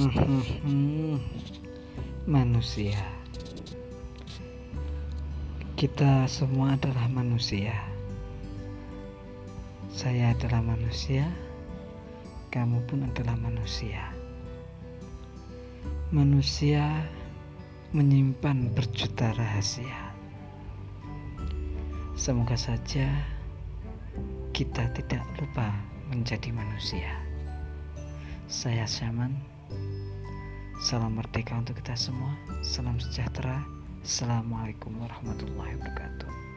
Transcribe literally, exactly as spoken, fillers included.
Manusia. Kita semua adalah manusia. Saya adalah manusia, kamu pun adalah manusia. Manusia menyimpan berjuta rahasia. Semoga saja kita tidak lupa menjadi manusia. Saya Syaman. Salam merdeka untuk kita semua. Salam sejahtera. Assalamualaikum warahmatullahi wabarakatuh.